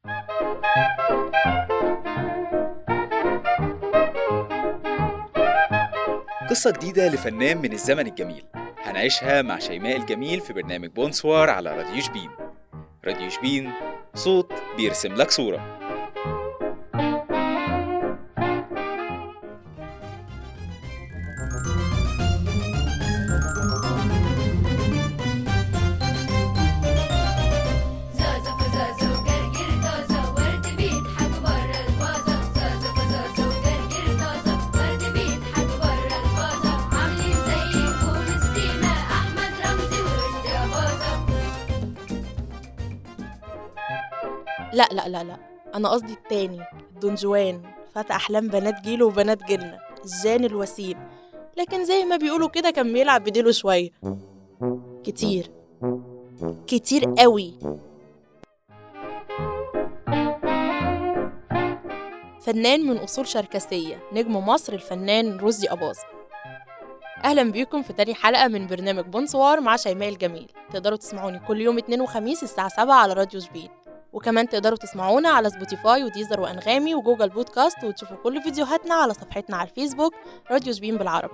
قصة جديدة لفنان من الزمن الجميل هنعيشها مع شيماء الجميل في برنامج بونسوار على راديو شبين. راديو شبين، صوت بيرسم لك صورة. لا لا لا لا، أنا قصدي التاني، الدونجوان، فتى أحلام بنات جيله وبنات جيلنا، الجان الوسيم. لكن زي ما بيقولوا كده كان بيلعب بديله شوية كتير كتير قوي. فنان من أصول شركسية، نجم مصر الفنان رشدي أباظة. أهلا بيكم في تاني حلقة من برنامج بونسوار مع شيماء الجميل. تقدروا تسمعوني كل يوم اثنين وخميس الساعة 7 على راديو شبين، وكمان تقدروا تسمعونا على سبوتيفاي وديزر وأنغامي وجوجل بودكاست، وتشوفوا كل فيديوهاتنا على صفحتنا على الفيسبوك راديو شبين بالعربي.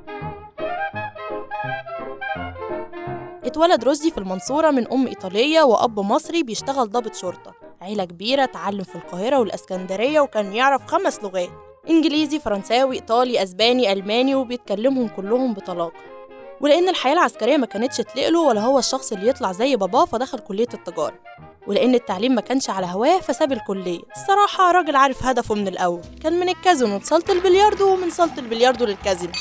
اتولد رشدي في المنصورة من أم إيطالية وأب مصري بيشتغل ضابط شرطة. عيلة كبيرة، اتعلم في القاهرة والإسكندرية، وكان يعرف 5 لغات: إنجليزي، فرنساوي، إيطالي، أسباني، ألماني، وبيتكلمهم كلهم بطلاقة. ولأن الحياة العسكرية ما كانتش تلقله ولا هو الشخص اللي يطلع زي باباه، فدخل كلية التجارة. ولأن التعليم ما كانش على هواه فساب الكلية. الصراحة راجل عارف هدفه من الأول، كان من الكازينو لصالة البلياردو، ومن صالة البلياردو للكازينو.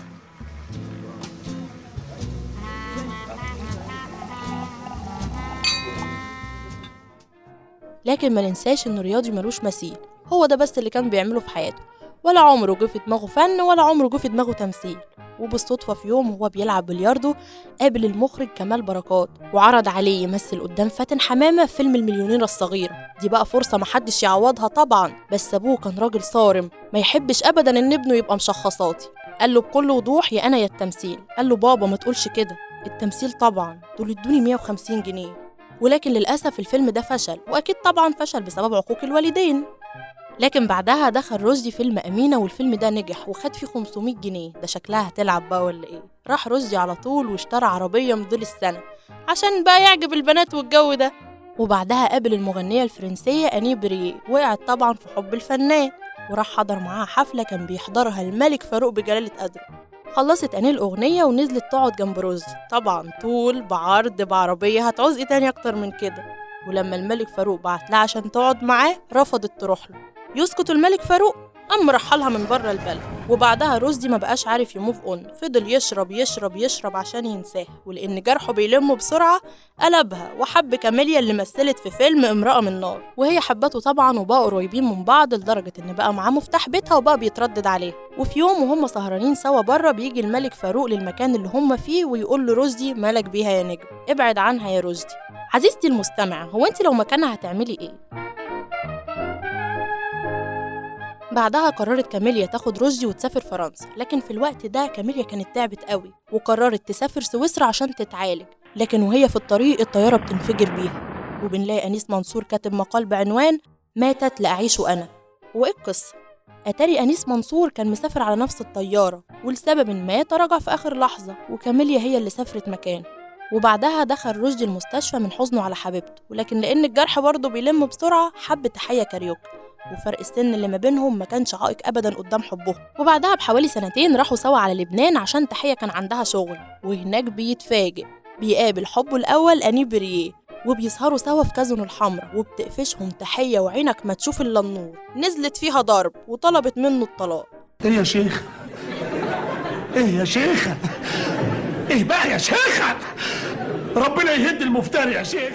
لكن ما ننساش إنه رياضي ملوش مثيل، هو ده بس اللي كان بيعمله في حياته. ولا عمره جه في دماغه فن، ولا عمره جه في دماغه تمثيل. وبالصدفة في يوم وهو بيلعب بلياردو قابل المخرج كمال بركات، وعرض عليه يمثل قدام فاتن حمامة في فيلم المليونيرة الصغيرة. دي بقى فرصة محدش يعوضها طبعا، بس أبوه كان راجل صارم، ما يحبش أبدا إن ابنه يبقى مشخصاتي. قال له بكل وضوح: يا أنا يا التمثيل. قال له: بابا ما تقولش كده، التمثيل طبعا، دول ادوني 150 جنيه. ولكن للأسف الفيلم ده فشل، وأكيد طبعا فشل بسبب عقوق الوالدين. لكن بعدها دخل رشدي فيلم أمينة، والفيلم ده نجح وخد فيه 500 جنيه. ده شكلها هتلعب بقى ولا إيه؟ راح رشدي على طول واشترى عربية موديل السنة عشان بقى يعجب البنات والجو ده. وبعدها قابل المغنية الفرنسية أني برييه، وقعت طبعا في حب الفنان، وراح حضر معاها حفلة كان بيحضرها الملك فاروق بجلالة قدره. خلصت أني الأغنية ونزلت تقعد جنب رشدي، طبعا طول بعرض بعربية، هتعوز إيه تاني أكتر من كده؟ ولما الملك فاروق بعت لها عشان تقعد معاه رفضت تروح له. يسكت الملك فاروق، قام رحلها من بره البلد. وبعدها رشدي ما بقاش عارف يموف اون، فضل يشرب يشرب يشرب عشان ينساها، ولأن جرحه بيلمه بسرعة قلبها وحب كاميليا اللي مثلت في فيلم امرأة من نار، وهي حبته طبعا، وبقوا قريبين من بعض لدرجة ان بقى معاه مفتاح بيتها وبقى بيتردد عليه. وفي يوم وهم سهرانين سوا بره، بيجي الملك فاروق للمكان اللي هم فيه ويقول له: رشدي مالك بيها يا نجم، ابعد عنها يا رشدي. عزيزتي المستمعة، هو انت لو مكانها هتعملي ايه؟ بعدها قررت كاميليا تاخد رشدي وتسافر فرنسا، لكن في الوقت ده كاميليا كانت تعبت قوي وقررت تسافر سويسرا عشان تتعالج. لكن وهي في الطريق الطيارة بتنفجر بيها، وبنلاقي أنيس منصور كاتب مقال بعنوان ماتت لأعيش أنا. وإيه القصة؟ أتاري أنيس منصور كان مسافر على نفس الطيارة، ولسبب ما تراجع في آخر لحظة، وكاميليا هي اللي سافرت مكان. وبعدها دخل رشدي المستشفى من حزنه على حبيبته، ولكن لأن الجرح برضه بيلم بسرعة حب تحية كاريوكا، وفرق السن اللي ما بينهم ما كانش عائق أبدا قدام حبهم. وبعدها بحوالي 2 راحوا سوا على لبنان عشان تحية كان عندها شغل، وهناك بيتفاجئ بيقابل حبه الأول أني برييه، وبيسهروا سوا في كازينو الحمرا، وبتقفشهم تحية وعينك ما تشوف إلا النور. نزلت فيها ضرب وطلبت منه الطلاق. إيه يا شيخ؟ إيه يا شيخ؟ إيه بقى يا شيخ؟ ربنا يهد المفتري يا شيخ.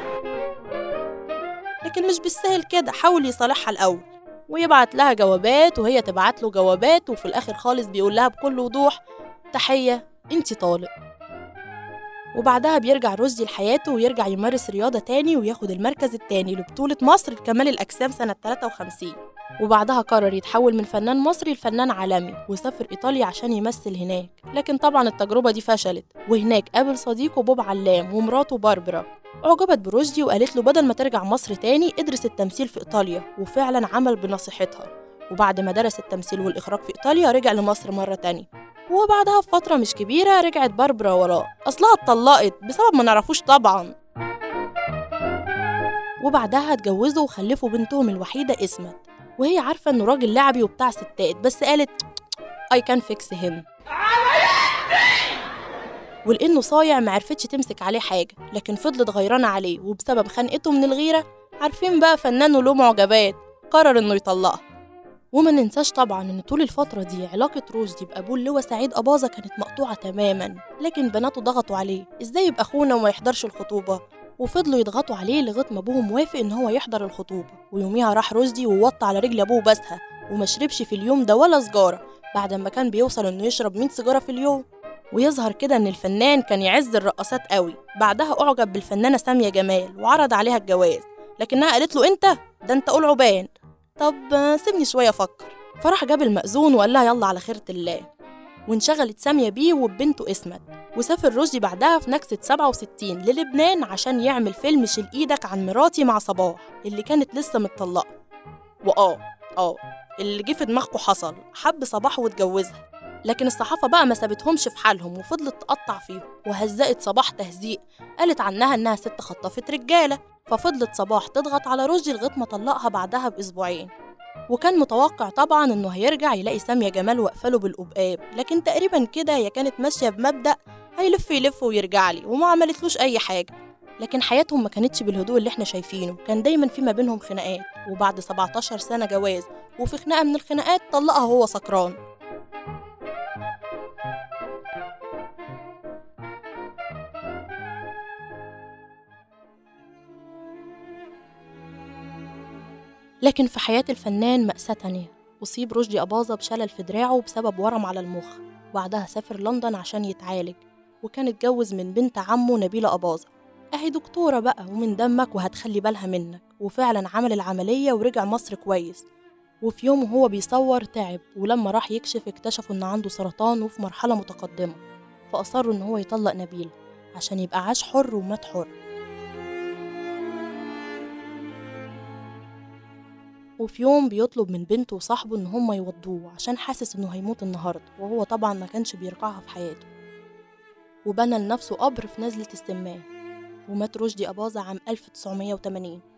لكن مش بالسهل كده، حاول يصالحها الأول ويبعت لها جوابات وهي تبعت له جوابات، وفي الآخر خالص بيقول لها بكل وضوح: تحية انتي طالق. وبعدها بيرجع رشدي لحياته ويرجع يمارس رياضة تاني، وياخد المركز التاني لبطولة مصر لكمال الأجسام سنة 53. وبعدها قرر يتحول من فنان مصري لفنان عالمي وسافر إيطاليا عشان يمثل هناك. لكن طبعا التجربة دي فشلت، وهناك قابل صديقه بوب علام ومراته باربرا. أعجبت برشدي وقالت له بدل ما ترجع مصر تاني ادرس التمثيل في إيطاليا، وفعلا عمل بنصيحتها. وبعد ما درس التمثيل والإخراج في إيطاليا رجع لمصر مرة تانية. وبعدها بفترة مش كبيرة رجعت باربرا وراه، أصلها اتطلقت بسبب ما نعرفوش طبعا. وبعدها اتجوزوا وخلفوا بنتهم الوحيدة اسمت، وهي عارفة إنه راجل لعبي وبتاع ستات، بس قالت I can fix him. ولأنه صايع معرفتش تمسك عليه حاجة، لكن فضلت غيرانة عليه، وبسبب خنقته من الغيرة، عارفين بقى فنان له معجبات، قرر إنه يطلقها. وما ننساش طبعا إن طول الفترة دي علاقة رشدي بأبوه اللي هو سعيد أباظة كانت مقطوعة تماما، لكن بناته ضغطوا عليه إزاي يبقى أخونا وما يحضرش الخطوبة، وفضلوا يضغطوا عليه لغاية ما أبوه موافق إن هو يحضر الخطوبة. ويوميها راح رشدي ووطى على رجل أبوه بسها، وما شربش في اليوم ده ولا سجارة، بعد ما كان بيوصل إنه يشرب 100 سيجارة في اليوم. ويظهر كده إن الفنان كان يعز الرقصات قوي. بعدها أعجب بالفنانة سامية جمال وعرض عليها الجواز، لكنها قالت له أنت قول عبان، طب سيبني شوية أفكر. فراح جاب المأذون وقال لها يلا على خيرة الله. وانشغلت سامية بيه وببنته اسمت. وسافر رشدي بعدها في نكسة 67 للبنان عشان يعمل فيلم شيل إيدك عن مراتي مع صباح اللي كانت لسه متطلقة. اللي جه في دماغكم حصل، حب صباح واتجوزها. لكن الصحافة بقى ما سابتهمش في حالهم وفضلت تقطع فيهم، وهزقت صباح تهزيق، قالت عنها إنها ست خطفت رجالة. ففضلت صباح تضغط على رشدي لغاية ما طلقها بعدها بأسبوعين. وكان متوقع طبعا إنه هيرجع يلاقي سامية جمال واقفاله بالقبقاب، لكن تقريبا كده هي كانت ماشية بمبدأ هيلف يلف ويرجع لي، وما عملتلوش أي حاجة. لكن حياتهم ما كانتش بالهدوء اللي احنا شايفينه، كان دايما في ما بينهم خناقات. وبعد 17 سنة جواز وفي خناقة من الخناقات طلقها وهو سكران. لكن في حياة الفنان مأساة تانية. أصيب رشدي أباظة بشلل في دراعه بسبب ورم على المخ، وبعدها سافر لندن عشان يتعالج. وكان اتجوز من بنت عمه نبيلة أباظة، أهي دكتورة بقى ومن دمك وهتخلي بالها منك. وفعلا عمل العملية ورجع مصر كويس. وفي يوم وهو بيصور تعب، ولما راح يكشف اكتشفوا إن عنده سرطان وفي مرحلة متقدمة، فأصروا إن هو يطلق نبيلة عشان يبقى عاش حر ومات حر. وفي يوم بيطلب من بنته وصاحبه إن هما يوضوه عشان حاسس إنه هيموت النهاردة، وهو طبعا ما كانش بيرقعها في حياته. وبنى لنفسه قبر في نزلة السمان. ومات رشدي أباظة عام 1980.